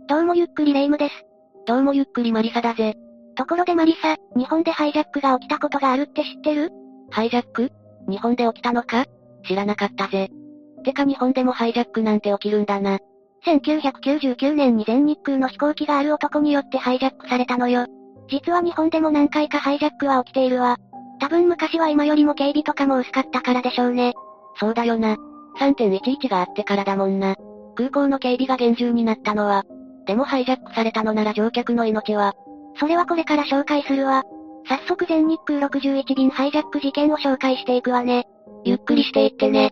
どうもゆっくりレ夢ムです。 どうもゆっくりマリサだぜ。 ところでマリサ、日本でハイジャックが起きたことがあるって知ってる？ ハイジャック？日本で起きたのか？知らなかったぜ。てか日本でもハイジャックなんて起きるんだな。 1999年に全日空の飛行機がある男によってハイジャックされたのよ。実は日本でも何回かハイジャックは起きているわ。多分昔は今よりも警備とかも薄かったからでしょうね。 そうだよな。3.11 があってからだもんな。空港の警備が厳重になったのは。でもハイジャックされたのなら乗客の命は。 それはこれから紹介するわ。早速全日空61便ハイジャック事件を紹介していくわね。 ゆっくりしていってね。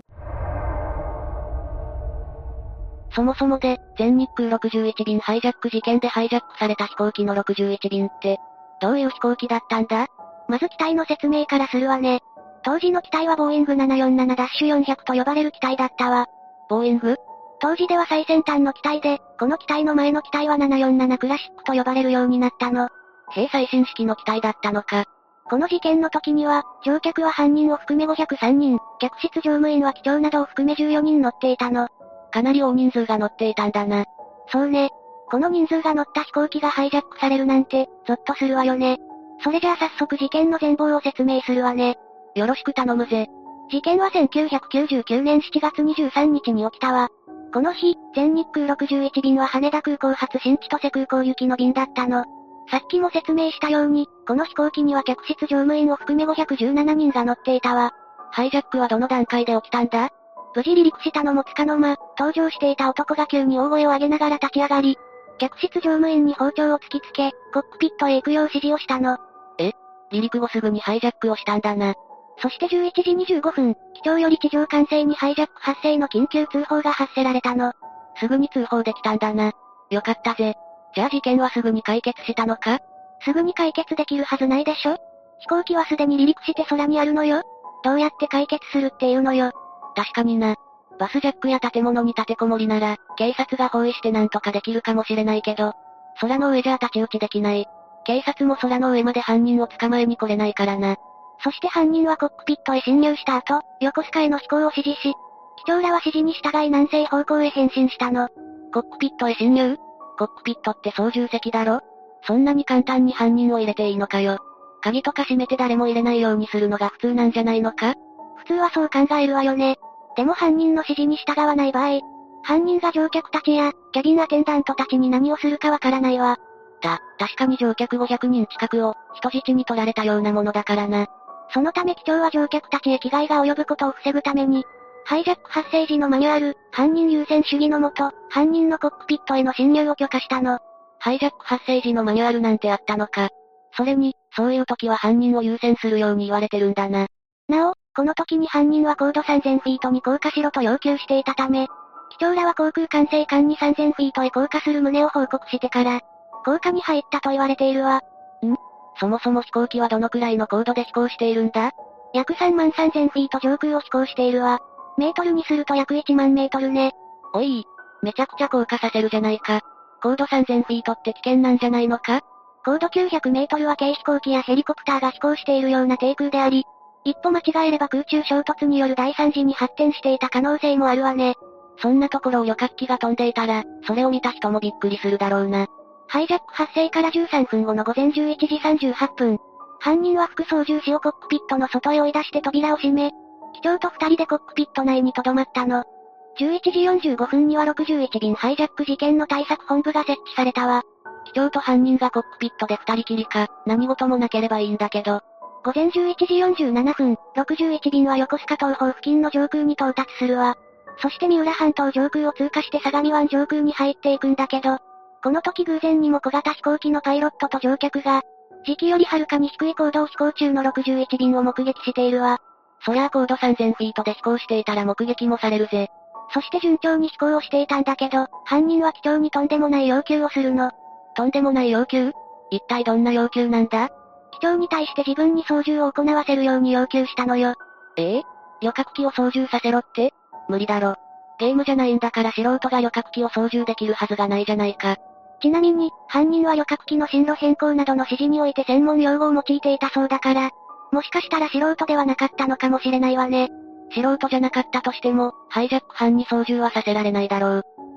そもそもで、全日空61便ハイジャック事件でハイジャックされた飛行機の61便って、どういう飛行機だったんだ？ まず機体の説明からするわね。当時の機体はボーイング 747-400 と呼ばれる機体だったわ。 ボーイング？ 当時では最先端の機体で、この機体の前の機体は747クラシックと呼ばれるようになったの。 最新式の機体だったのか。 この事件の時には、乗客は犯人を含め503人、客室乗務員は機長などを含め14人乗っていたの。 かなり大人数が乗っていたんだな。 そうね。この人数が乗った飛行機がハイジャックされるなんて、ゾッとするわよね。それじゃあ早速事件の全貌を説明するわね。 よろしく頼むぜ。 事件は1999年7月23日に起きたわ。この日、全日空61便は羽田空港発新千歳空港行きの便だったの。さっきも説明したように、この飛行機には客室乗務員を含め517人が乗っていたわ。 ハイジャックはどの段階で起きたんだ？ 無事離陸したのもつかの間、搭乗していた男が急に大声を上げながら立ち上がり、客室乗務員に包丁を突きつけ、コックピットへ行くよう指示をしたの。 離陸後すぐにハイジャックをしたんだな。 そして11時25分、機長より地上管制にハイジャック発生の緊急通報が発せられたの。 すぐに通報できたんだな。よかったぜ。じゃあ事件はすぐに解決したのか？ すぐに解決できるはずないでしょ？飛行機はすでに離陸して空にあるのよ。どうやって解決するっていうのよ。 確かにな。バスジャックや建物に立てこもりなら、警察が包囲してなんとかできるかもしれないけど、空の上じゃ太刀打ちできない。警察も空の上まで犯人を捕まえに来れないからな。 そして犯人はコックピットへ侵入した後、横須賀への飛行を指示し、機長らは指示に従い南西方向へ変身したの。 コックピットへ侵入？コックピットって操縦席だろ？そんなに簡単に犯人を入れていいのかよ。鍵とか閉めて誰も入れないようにするのが普通なんじゃないのか？ 普通はそう考えるわよね。でも犯人の指示に従わない場合、犯人が乗客たちや、キャビンアテンダントたちに何をするかわからないわ。 確かに乗客500人近くを、人質に取られたようなものだからな。 そのため機長は乗客たちへ危害が及ぶことを防ぐために、ハイジャック発生時のマニュアル、犯人優先主義のもと、犯人のコックピットへの侵入を許可したの。 ハイジャック発生時のマニュアルなんてあったのか。それに、そういう時は犯人を優先するように言われてるんだな。 なお、この時に犯人は高度3000フィートに降下しろと要求していたため、機長らは航空管制官に3000フィートへ降下する旨を報告してから、降下に入ったと言われているわ。 そもそも飛行機はどのくらいの高度で飛行しているんだ？ 約33000フィート上空を飛行しているわ。メートルにすると約1万メートルね。 おい、めちゃくちゃ降下させるじゃないか。高度3000フィートって危険なんじゃないのか？ 高度900メートルは軽飛行機やヘリコプターが飛行しているような低空であり、一歩間違えれば空中衝突による大惨事に発展していた可能性もあるわね。 そんなところを旅客機が飛んでいたら、それを見た人もびっくりするだろうな。 ハイジャック発生から13分後の午前11時38分。犯人は副操縦士をコックピットの外へ追い出して扉を閉め、機長と二人でコックピット内に留まったの。11時45分には61便ハイジャック事件の対策本部が設置されたわ。 機長と犯人がコックピットで二人きりか、何事もなければいいんだけど。 午前11時47分、61便は横須賀東方付近の上空に到達するわ。そして三浦半島上空を通過して相模湾上空に入っていくんだけど、この時偶然にも小型飛行機のパイロットと乗客が、時期よりはるかに低い高度を飛行中の61便を目撃しているわ。 そりゃあ高度3000フィートで飛行していたら目撃もされるぜ。 そして順調に飛行をしていたんだけど、犯人は機長にとんでもない要求をするの。 とんでもない要求？一体どんな要求なんだ？ 機長に対して自分に操縦を行わせるように要求したのよ。 旅客機を操縦させろって？無理だろ。ゲームじゃないんだから素人が旅客機を操縦できるはずがないじゃないか。 ちなみに、犯人は旅客機の進路変更などの指示において専門用語を用いていたそうだから、もしかしたら素人ではなかったのかもしれないわね。 素人じゃなかったとしても、ハイジャック犯に操縦はさせられないだろう。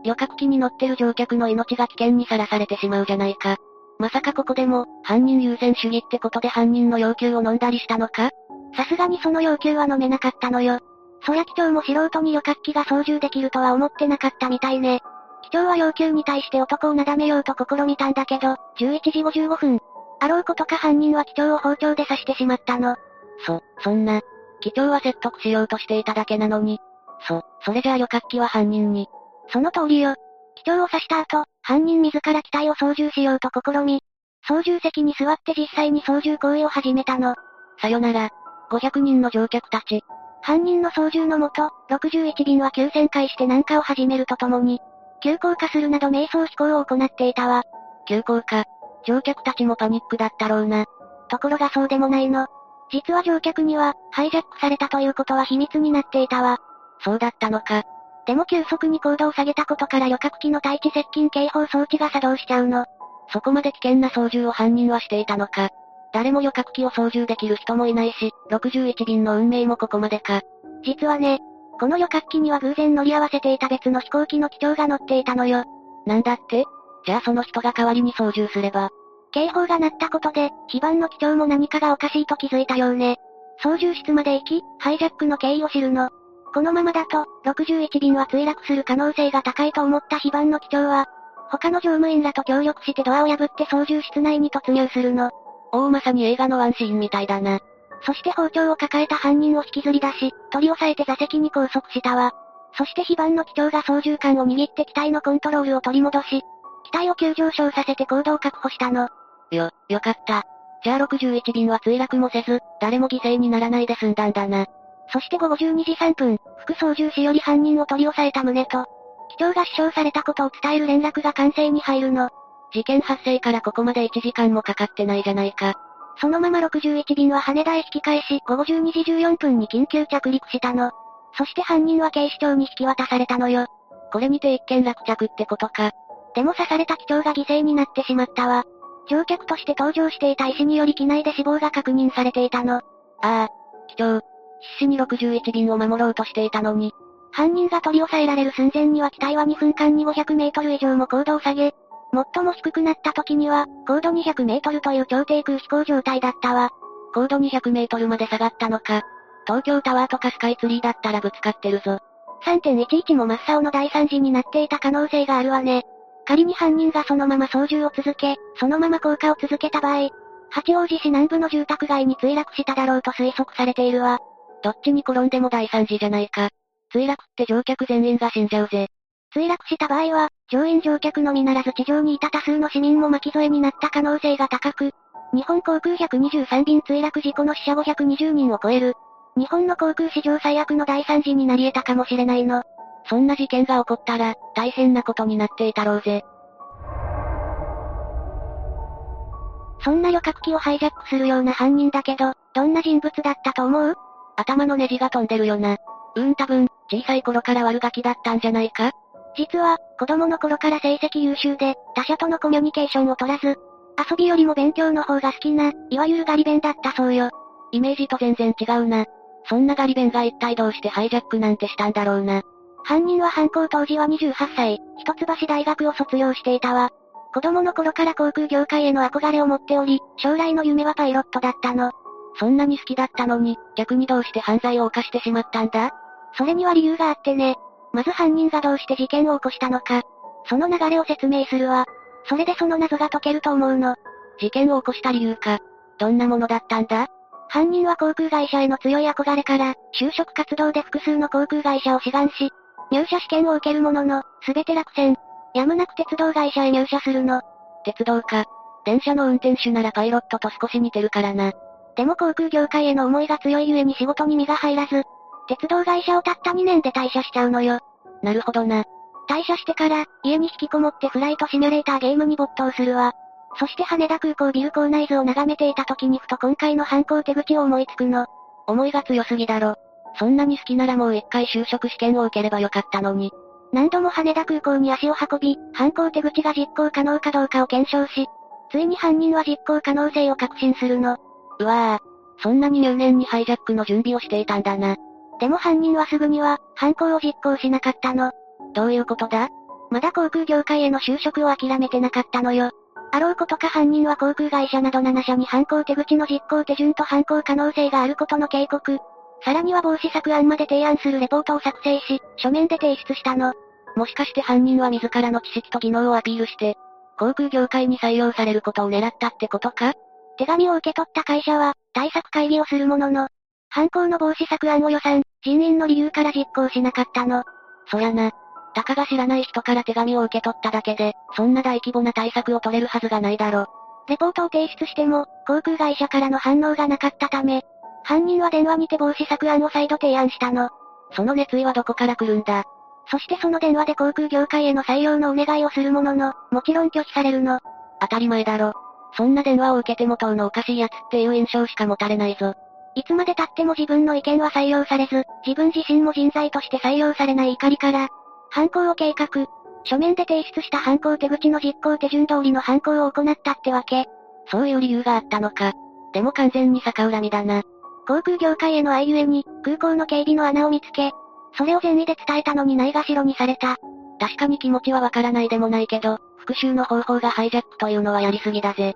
旅客機に乗ってる乗客の命が危険にさらされてしまうじゃないか。まさかここでも、犯人優先主義ってことで犯人の要求を飲んだりしたのか？ さすがにその要求は飲めなかったのよ。そりゃ機長も素人に旅客機が操縦できるとは思ってなかったみたいね。機長は要求に対して男をなだめようと試みたんだけど、11時55分。あろうことか犯人は機長を包丁で刺してしまったの。 そんな。機長は説得しようとしていただけなのに。それじゃあ旅客機は犯人に。 その通りよ。機長を刺した後、犯人自ら機体を操縦しようと試み、操縦席に座って実際に操縦行為を始めたの。 さよなら。500人の乗客たち。 犯人の操縦のもと、61便は急旋回して南下を始めるとともに、急降下するなど迷走飛行を行っていたわ。 急降下。乗客たちもパニックだったろうな。 ところがそうでもないの。実は乗客には、ハイジャックされたということは秘密になっていたわ。 そうだったのか。 でも急速に高度を下げたことから旅客機の対地接近警報装置が作動しちゃうの。 そこまで危険な操縦を犯人はしていたのか。誰も旅客機を操縦できる人もいないし、61便の運命もここまでか。 実はね、この旅客機には偶然乗り合わせていた別の飛行機の機長が乗っていたのよ。 なんだって？じゃあその人が代わりに操縦すれば。 警報が鳴ったことで、非番の機長も何かがおかしいと気づいたようね。操縦室まで行き、ハイジャックの経緯を知るの。このままだと、61便は墜落する可能性が高いと思った非番の機長は、他の乗務員らと協力してドアを破って操縦室内に突入するの。 まさに映画のワンシーンみたいだな。 そして包丁を抱えた犯人を引きずり出し、取り押さえて座席に拘束したわ。そして非番の機長が操縦桿を握って機体のコントロールを取り戻し、機体を急上昇させて高度を確保したの。 よかった。じゃあ61便は墜落もせず、誰も犠牲にならないで済んだんだな。 そして午後12時3分、副操縦士より犯人を取り押さえた旨と、機長が死傷されたことを伝える連絡が管制に入るの。 事件発生からここまで1時間もかかってないじゃないか。 そのまま61便は羽田へ引き返し、午後12時14分に緊急着陸したの。そして犯人は警視庁に引き渡されたのよ。 これにて一件落着ってことか。 でも刺された機長が犠牲になってしまったわ。乗客として搭乗していた医師により機内で死亡が確認されていたの。 機長。必死に61便を守ろうとしていたのに。 犯人が取り押さえられる寸前には機体は2分間に500メートル以上も高度を下げ、最も低くなった時には、高度200メートルという超低空飛行状態だったわ。 高度200メートルまで下がったのか。東京タワーとかスカイツリーだったらぶつかってるぞ。 3.11 も真っ青の大惨事になっていた可能性があるわね。仮に犯人がそのまま操縦を続け、そのまま降下を続けた場合、八王子市南部の住宅街に墜落しただろうと推測されているわ。 どっちに転んでも大惨事じゃないか。墜落って乗客全員が死んじゃうぜ。 墜落した場合は、乗員乗客のみならず地上にいた多数の市民も巻き添えになった可能性が高く、日本航空123便墜落事故の死者520人を超える。日本の航空史上最悪の大惨事になり得たかもしれないの。 そんな事件が起こったら、大変なことになっていたろうぜ。 そんな旅客機をハイジャックするような犯人だけど、どんな人物だったと思う？ 頭のネジが飛んでるよな。多分、小さい頃から悪ガキだったんじゃないか？ 実は、子供の頃から成績優秀で、他者とのコミュニケーションを取らず、遊びよりも勉強の方が好きな、いわゆるガリ勉だったそうよ。 イメージと全然違うな。そんなガリ勉が一体どうしてハイジャックなんてしたんだろうな。 犯人は犯行当時は28歳、一橋大学を卒業していたわ。子供の頃から航空業界への憧れを持っており、将来の夢はパイロットだったの。 そんなに好きだったのに、逆にどうして犯罪を犯してしまったんだ？ それには理由があってね。まず犯人がどうして事件を起こしたのか。その流れを説明するわ。それでその謎が解けると思うの。 事件を起こした理由か。どんなものだったんだ？ 犯人は航空会社への強い憧れから、就職活動で複数の航空会社を志願し、入社試験を受けるものの、すべて落選。やむなく鉄道会社へ入社するの。 鉄道か。電車の運転手ならパイロットと少し似てるからな。 でも航空業界への思いが強いゆえに仕事に身が入らず、鉄道会社をたった2年で退社しちゃうのよ。 なるほどな。 退社してから、家に引きこもってフライトシミュレーターゲームに没頭するわ。そして羽田空港ビル構内図を眺めていた時にふと今回の犯行手口を思いつくの。 思いが強すぎだろ。そんなに好きならもう一回就職試験を受ければよかったのに。 何度も羽田空港に足を運び、犯行手口が実行可能かどうかを検証し、ついに犯人は実行可能性を確信するの。 うわぁ、そんなに入念にハイジャックの準備をしていたんだな。 でも犯人はすぐには、犯行を実行しなかったの。 どういうことだ？ まだ航空業界への就職を諦めてなかったのよ。あろうことか犯人は航空会社など7社に犯行手口の実行手順と犯行可能性があることの警告。さらには防止策案まで提案するレポートを作成し、書面で提出したの。 もしかして犯人は自らの知識と技能をアピールして、航空業界に採用されることを狙ったってことか？ 手紙を受け取った会社は、対策会議をするものの、犯行の防止策案を予算、人員の理由から実行しなかったの。 そやな。たかが知らない人から手紙を受け取っただけで、そんな大規模な対策を取れるはずがないだろ。 レポートを提出しても、航空会社からの反応がなかったため、犯人は電話にて防止策案を再度提案したの。 その熱意はどこから来るんだ？ そしてその電話で航空業界への採用のお願いをするものの、もちろん拒否されるの。 当たり前だろ。そんな電話を受けても当のおかしいやつっていう印象しか持たれないぞ。 いつまで経っても自分の意見は採用されず、自分自身も人材として採用されない怒りから、犯行を計画。書面で提出した犯行手口の実行手順通りの犯行を行ったってわけ。 そういう理由があったのか。でも完全に逆恨みだな。 航空業界への愛ゆえに、空港の警備の穴を見つけ、それを善意で伝えたのにないがしろにされた。 確かに気持ちはわからないでもないけど、復讐の方法がハイジャックというのはやりすぎだぜ。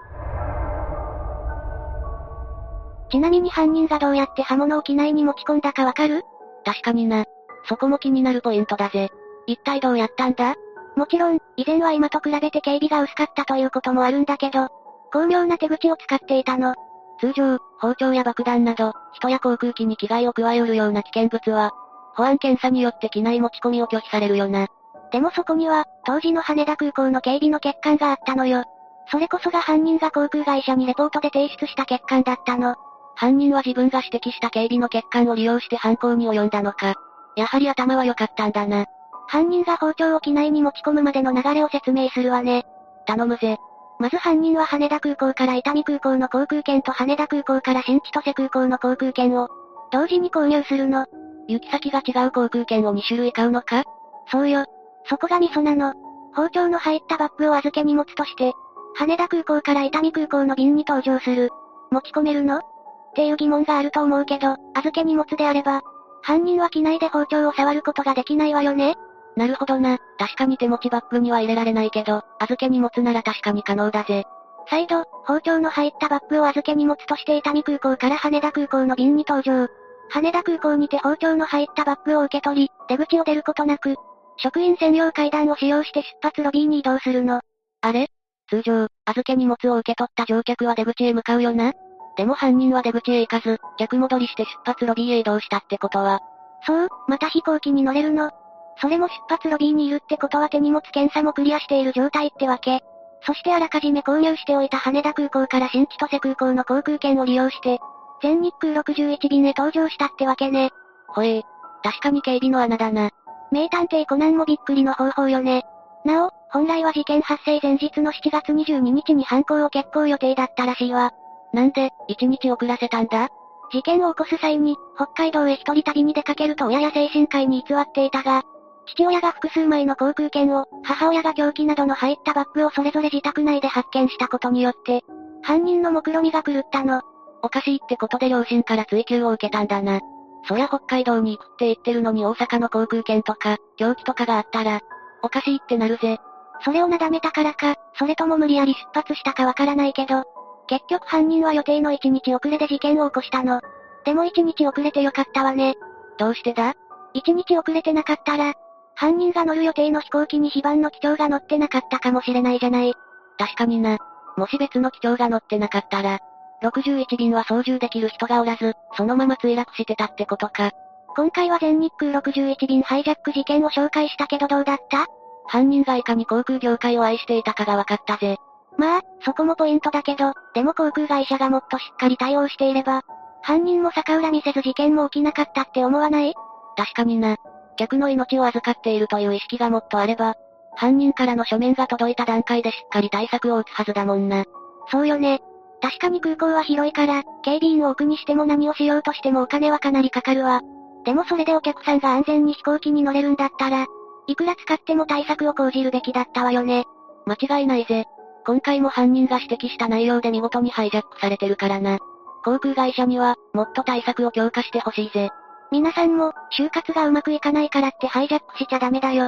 ちなみに犯人がどうやって刃物を機内に持ち込んだかわかる？ 確かにな。そこも気になるポイントだぜ。一体どうやったんだ？ もちろん、以前は今と比べて警備が薄かったということもあるんだけど、巧妙な手口を使っていたの。 通常、包丁や爆弾など、人や航空機に危害を加えうるような危険物は、保安検査によって機内持ち込みを拒否されるよな。 でもそこには、当時の羽田空港の警備の欠陥があったのよ。それこそが犯人が航空会社にレポートで提出した欠陥だったの。 犯人は自分が指摘した警備の欠陥を利用して犯行に及んだのか。やはり頭は良かったんだな。 犯人が包丁を機内に持ち込むまでの流れを説明するわね。 頼むぜ。 まず犯人は羽田空港から伊丹空港の航空券と羽田空港から新千歳空港の航空券を、同時に購入するの。 行き先が違う航空券を2種類買うのか？ そうよ。そこがミソなの。包丁の入ったバッグを預け荷物として、羽田空港から伊丹空港の便に搭乗する。持ち込めるの？っていう疑問があると思うけど、預け荷物であれば、犯人は機内で包丁を触ることができないわよね？ なるほどな。確かに手持ちバッグには入れられないけど、預け荷物なら確かに可能だぜ。 再度、包丁の入ったバッグを預け荷物として伊丹空港から羽田空港の便に搭乗。羽田空港にて包丁の入ったバッグを受け取り、出口を出ることなく、職員専用階段を使用して出発ロビーに移動するの。 あれ？通常、預け荷物を受け取った乗客は出口へ向かうよな？でも犯人は出口へ行かず、逆戻りして出発ロビーへ移動したってことは。 そう、また飛行機に乗れるの。それも出発ロビーにいるってことは手荷物検査もクリアしている状態ってわけ。そしてあらかじめ購入しておいた羽田空港から新千歳空港の航空券を利用して、全日空61便へ搭乗したってわけね。 ほえー。確かに警備の穴だな。 名探偵コナンもびっくりの方法よね。なお、本来は事件発生前日の7月22日に犯行を決行予定だったらしいわ。 なんで、1日遅らせたんだ？ 事件を起こす際に、北海道へ一人旅に出かけると親や精神科医に偽っていたが、父親が複数枚の航空券を、母親が凶器などの入ったバッグをそれぞれ自宅内で発見したことによって、犯人の目論みが狂ったの。 おかしいってことで両親から追及を受けたんだな。そりゃ北海道に行くって言ってるのに大阪の航空券とか、凶器とかがあったら、おかしいってなるぜ。 それをなだめたからか、それとも無理やり出発したかわからないけど、結局犯人は予定の1日遅れで事件を起こしたの。でも1日遅れてよかったわね。 どうしてだ ？1日遅れてなかったら、犯人が乗る予定の飛行機に非番の機長が乗ってなかったかもしれないじゃない。 確かにな。もし別の機長が乗ってなかったら、61便は操縦できる人がおらず、そのまま墜落してたってことか。 今回は全日空61便ハイジャック事件を紹介したけどどうだった？ 犯人がいかに航空業界を愛していたかが分かったぜ。 まあ、そこもポイントだけど、でも航空会社がもっとしっかり対応していれば、犯人も逆恨みせず事件も起きなかったって思わない？ 確かにな。客の命を預かっているという意識がもっとあれば、犯人からの書面が届いた段階でしっかり対策を打つはずだもんな。 そうよね。確かに空港は広いから、警備員を置くにしても何をしようとしてもお金はかなりかかるわ。でもそれでお客さんが安全に飛行機に乗れるんだったら、いくら使っても対策を講じるべきだったわよね。 間違いないぜ。今回も犯人が指摘した内容で見事にハイジャックされてるからな。航空会社には、もっと対策を強化してほしいぜ。 皆さんも、就活がうまくいかないからってハイジャックしちゃダメだよ。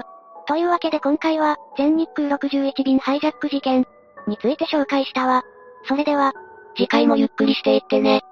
というわけで今回は、全日空61便ハイジャック事件について紹介したわ。それでは、 次回もゆっくりしていってね。